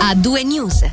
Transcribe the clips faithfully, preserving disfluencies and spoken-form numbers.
A due News.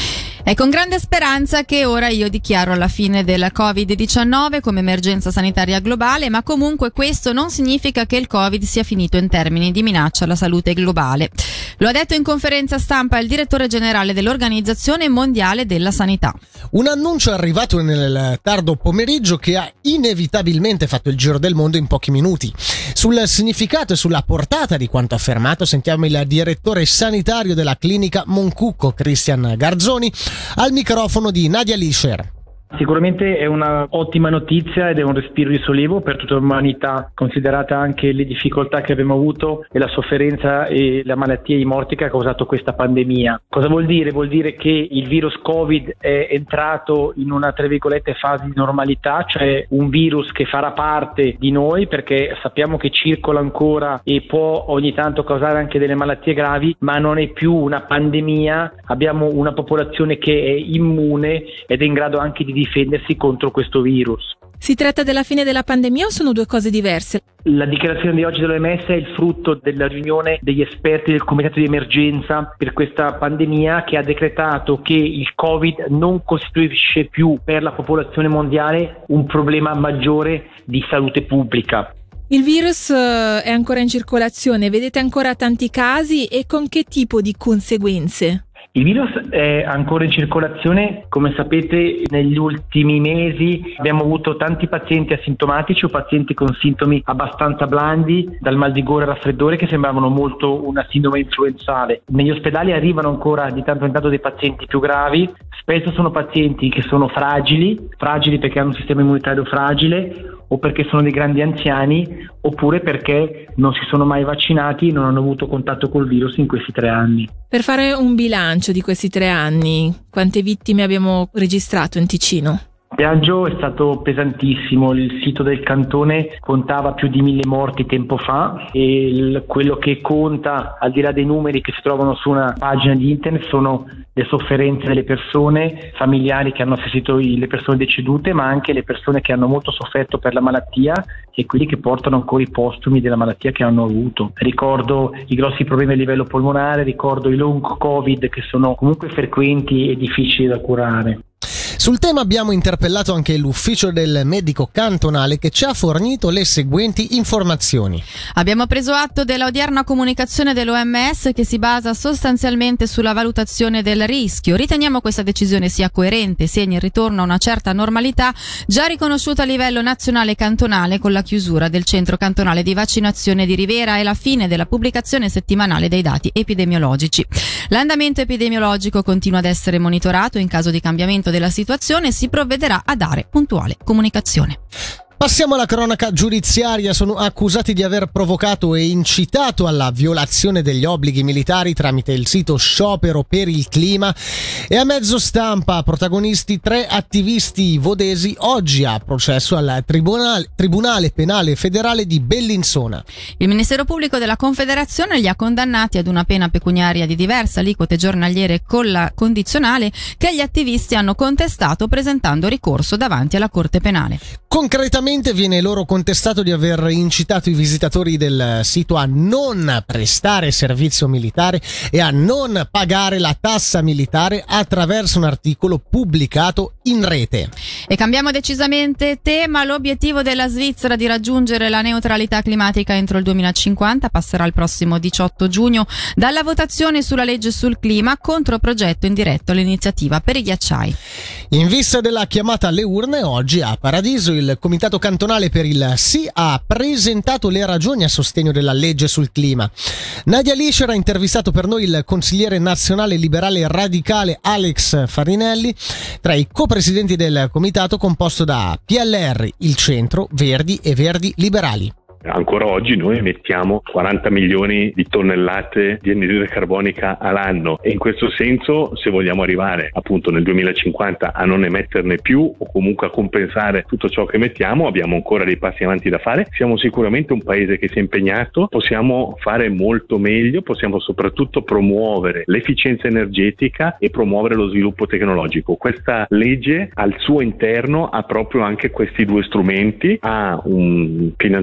È con grande speranza che ora io dichiaro la fine della covid diciannove come emergenza sanitaria globale, ma comunque questo non significa che il Covid sia finito in termini di minaccia alla salute globale. Lo ha detto in conferenza stampa il direttore generale dell'Organizzazione Mondiale della Sanità. Un annuncio arrivato nel tardo pomeriggio che ha inevitabilmente fatto il giro del mondo in pochi minuti. Sul significato e sulla portata di quanto affermato sentiamo il direttore sanitario della clinica Moncucco, Christian Garzoni, al microfono di Nadia Lischer. Sicuramente è una ottima notizia ed è un respiro di sollievo per tutta l'umanità, considerata anche le difficoltà che abbiamo avuto e la sofferenza e la malattia e i morti che ha causato questa pandemia. Cosa vuol dire? Vuol dire che il virus Covid è entrato in una, tra virgolette, fase di normalità, cioè un virus che farà parte di noi perché sappiamo che circola ancora e può ogni tanto causare anche delle malattie gravi, ma non è più una pandemia. Abbiamo una popolazione che è immune ed è in grado anche di difendersi contro questo virus. Si tratta della fine della pandemia o sono due cose diverse? La dichiarazione di oggi dell'O M S è il frutto della riunione degli esperti del comitato di emergenza per questa pandemia, che ha decretato che il Covid non costituisce più per la popolazione mondiale un problema maggiore di salute pubblica. Il virus è ancora in circolazione, vedete ancora tanti casi e con che tipo di conseguenze? Il virus è ancora in circolazione, come sapete negli ultimi mesi abbiamo avuto tanti pazienti asintomatici o pazienti con sintomi abbastanza blandi, dal mal di gola al raffreddore, che sembravano molto una sindrome influenzale. Negli ospedali arrivano ancora di tanto in tanto dei pazienti più gravi, spesso sono pazienti che sono fragili, fragili perché hanno un sistema immunitario fragile o perché sono dei grandi anziani oppure perché non si sono mai vaccinati e non hanno avuto contatto col virus in questi tre anni. Per fare un bilancio di questi tre anni, quante vittime abbiamo registrato in Ticino? Il viaggio è stato pesantissimo, il sito del cantone contava più di mille morti tempo fa e il, quello che conta, al di là dei numeri che si trovano su una pagina di internet, sono le sofferenze delle persone, familiari che hanno assistito le persone decedute, ma anche le persone che hanno molto sofferto per la malattia e quelli che portano ancora i postumi della malattia che hanno avuto. Ricordo i grossi problemi a livello polmonare, ricordo i long Covid che sono comunque frequenti e difficili da curare. Sul tema abbiamo interpellato anche l'ufficio del medico cantonale, che ci ha fornito le seguenti informazioni. Abbiamo preso atto della odierna comunicazione dell'O M S che si basa sostanzialmente sulla valutazione del rischio. Riteniamo questa decisione sia coerente, segni il ritorno a una certa normalità già riconosciuta a livello nazionale e cantonale con la chiusura del centro cantonale di vaccinazione di Rivera e la fine della pubblicazione settimanale dei dati epidemiologici. L'andamento epidemiologico continua ad essere monitorato. In caso di cambiamento della situazione si provvederà a dare puntuale comunicazione. Passiamo alla cronaca giudiziaria. Sono accusati di aver provocato e incitato alla violazione degli obblighi militari tramite il sito Sciopero per il Clima, e a mezzo stampa protagonisti tre attivisti vodesi, oggi a processo al Tribunale, Tribunale Penale Federale di Bellinzona. Il Ministero Pubblico della Confederazione li ha condannati ad una pena pecuniaria di diverse aliquote giornaliere con la condizionale che gli attivisti hanno contestato presentando ricorso davanti alla Corte Penale. Concretamente viene loro contestato di aver incitato i visitatori del sito a non prestare servizio militare e a non pagare la tassa militare attraverso un articolo pubblicato in rete. E cambiamo decisamente tema. L'obiettivo della Svizzera di raggiungere la neutralità climatica entro il duemilacinquanta passerà il prossimo diciotto giugno dalla votazione sulla legge sul clima, controprogetto indiretto all'iniziativa per i ghiacciai. In vista della chiamata alle urne, oggi a Paradiso il Comitato Cantonale per il Sì ha presentato le ragioni a sostegno della legge sul clima. Nadia Lischer ha intervistato per noi il consigliere nazionale liberale radicale Alex Farinelli, tra i copresidenti del comitato composto da P L R, il Centro, Verdi e Verdi Liberali. Ancora oggi noi emettiamo quaranta milioni di tonnellate di anidride carbonica all'anno e in questo senso, se vogliamo arrivare appunto nel duemilacinquanta a non emetterne più o comunque a compensare tutto ciò che emettiamo, abbiamo ancora dei passi avanti da fare. Siamo sicuramente un paese che si è impegnato, possiamo fare molto meglio, possiamo soprattutto promuovere l'efficienza energetica e promuovere lo sviluppo tecnologico. Questa legge al suo interno ha proprio anche questi due strumenti, ha un finanziamento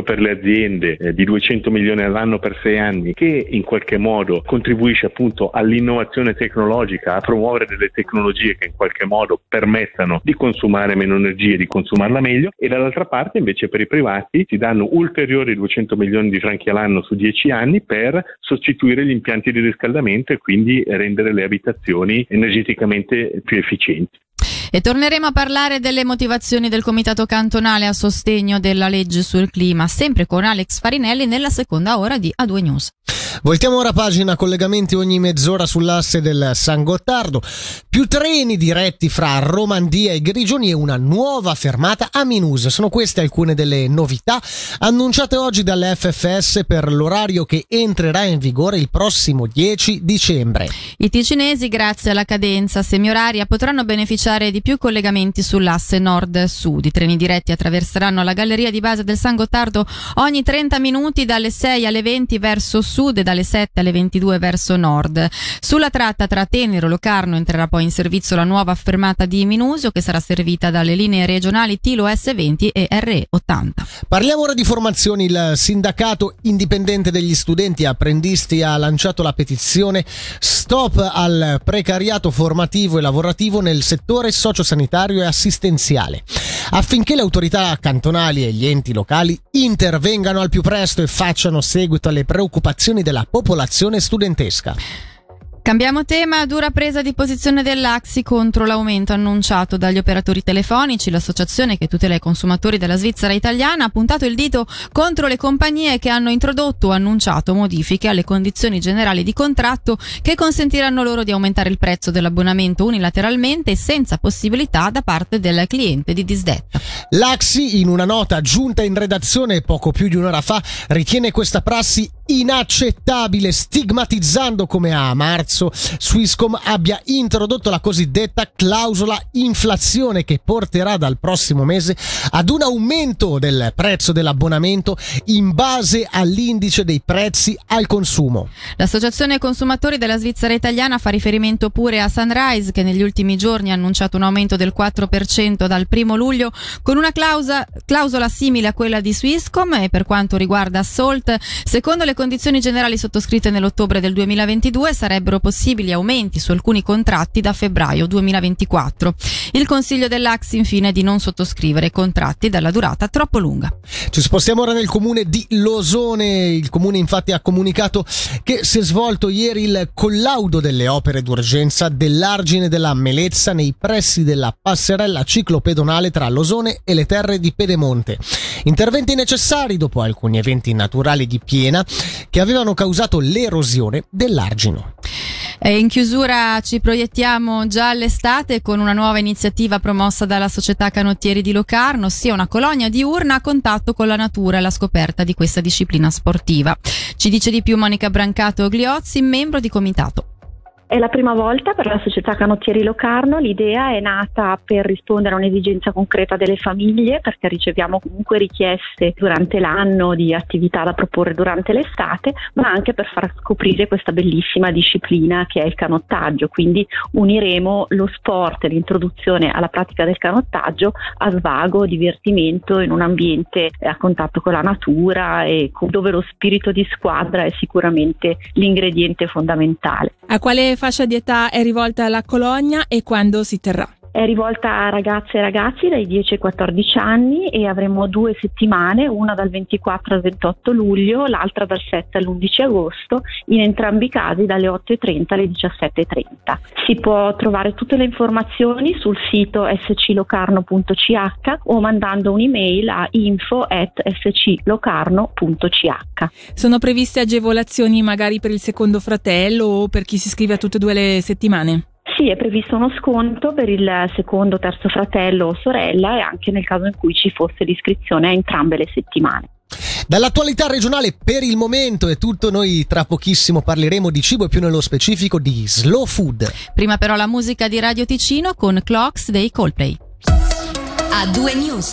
per le aziende eh, di duecento milioni all'anno per sei anni, che in qualche modo contribuisce appunto all'innovazione tecnologica, a promuovere delle tecnologie che in qualche modo permettano di consumare meno energia e di consumarla meglio, e dall'altra parte invece per i privati si danno ulteriori duecento milioni di franchi all'anno su dieci anni per sostituire gli impianti di riscaldamento e quindi rendere le abitazioni energeticamente più efficienti. E torneremo a parlare delle motivazioni del Comitato Cantonale a sostegno della legge sul clima, sempre con Alex Farinelli nella seconda ora di A due News. Voltiamo ora pagina, collegamenti ogni mezz'ora sull'asse del San Gottardo, più treni diretti fra Romandia e Grigioni e una nuova fermata a Minus. Sono queste alcune delle novità annunciate oggi dall'F F S per l'orario che entrerà in vigore il prossimo dieci dicembre. I ticinesi, grazie alla cadenza semioraria, potranno beneficiare di più collegamenti sull'asse nord-sud. I treni diretti attraverseranno la galleria di base del San Gottardo ogni trenta minuti dalle sei alle venti verso sud e dalle sette alle ventidue verso nord. Sulla tratta tra Tenero e Locarno entrerà poi in servizio la nuova fermata di Minusio, che sarà servita dalle linee regionali Tilo S venti e R E ottanta. Parliamo ora di formazioni. Il sindacato indipendente degli studenti apprendisti ha lanciato la petizione Stop al precariato formativo e lavorativo nel settore sociosanitario e assistenziale, affinché le autorità cantonali e gli enti locali intervengano al più presto e facciano seguito alle preoccupazioni della popolazione studentesca. Cambiamo tema, dura presa di posizione dell'A C S I contro l'aumento annunciato dagli operatori telefonici. L'associazione che tutela i consumatori della Svizzera italiana ha puntato il dito contro le compagnie che hanno introdotto o annunciato modifiche alle condizioni generali di contratto che consentiranno loro di aumentare il prezzo dell'abbonamento unilateralmente e senza possibilità da parte del cliente di disdetta. L'A C S I, in una nota giunta in redazione poco più di un'ora fa, ritiene questa prassi inaccettabile, stigmatizzando come a marzo Swisscom abbia introdotto la cosiddetta clausola inflazione, che porterà dal prossimo mese ad un aumento del prezzo dell'abbonamento in base all'indice dei prezzi al consumo. L'Associazione Consumatori della Svizzera italiana fa riferimento pure a Sunrise, che negli ultimi giorni ha annunciato un aumento del quattro per cento dal primo luglio con una clausola, clausola simile a quella di Swisscom. E per quanto riguarda Salt, secondo le condizioni generali sottoscritte nell'ottobre del duemilaventidue sarebbero possibili aumenti su alcuni contratti da febbraio duemilaventiquattro. Il consiglio dell'A C S I infine è di non sottoscrivere contratti dalla durata troppo lunga. Ci spostiamo ora nel comune di Losone. Il comune infatti ha comunicato che si è svolto ieri il collaudo delle opere d'urgenza dell'argine della Melezza nei pressi della passerella ciclopedonale tra Losone e le terre di Pedemonte. Interventi necessari dopo alcuni eventi naturali di piena che avevano causato l'erosione dell'argine. E in chiusura ci proiettiamo già all'estate con una nuova iniziativa promossa dalla Società Canottieri di Locarno, ossia una colonia diurna a contatto con la natura e la scoperta di questa disciplina sportiva. Ci dice di più Monica Brancato Gliozzi, membro di comitato. È la prima volta per la Società Canottieri Locarno. L'idea è nata per rispondere a un'esigenza concreta delle famiglie, perché riceviamo comunque richieste durante l'anno di attività da proporre durante l'estate, ma anche per far scoprire questa bellissima disciplina che è il canottaggio. Quindi uniremo lo sport e l'introduzione alla pratica del canottaggio a svago, divertimento in un ambiente a contatto con la natura e dove lo spirito di squadra è sicuramente l'ingrediente fondamentale. A quale fascia di età è rivolta la colonia e quando si terrà? È rivolta a ragazze e ragazzi dai dieci ai quattordici anni e avremo due settimane, una dal ventiquattro al ventotto luglio, l'altra dal sette all'undici agosto, in entrambi i casi dalle otto e trenta alle diciassette e trenta. Si può trovare tutte le informazioni sul sito s c locarno punto c h o mandando un'email a info at s c locarno punto c h. Sono previste agevolazioni magari per il secondo fratello o per chi si iscrive a tutte e due le settimane? Sì, è previsto uno sconto per il secondo, terzo fratello o sorella e anche nel caso in cui ci fosse l'iscrizione a entrambe le settimane. Dall'attualità regionale per il momento è tutto. Noi tra pochissimo parleremo di cibo e più nello specifico di slow food. Prima però la musica di Radio Ticino con Clocks dei Coldplay. A due News.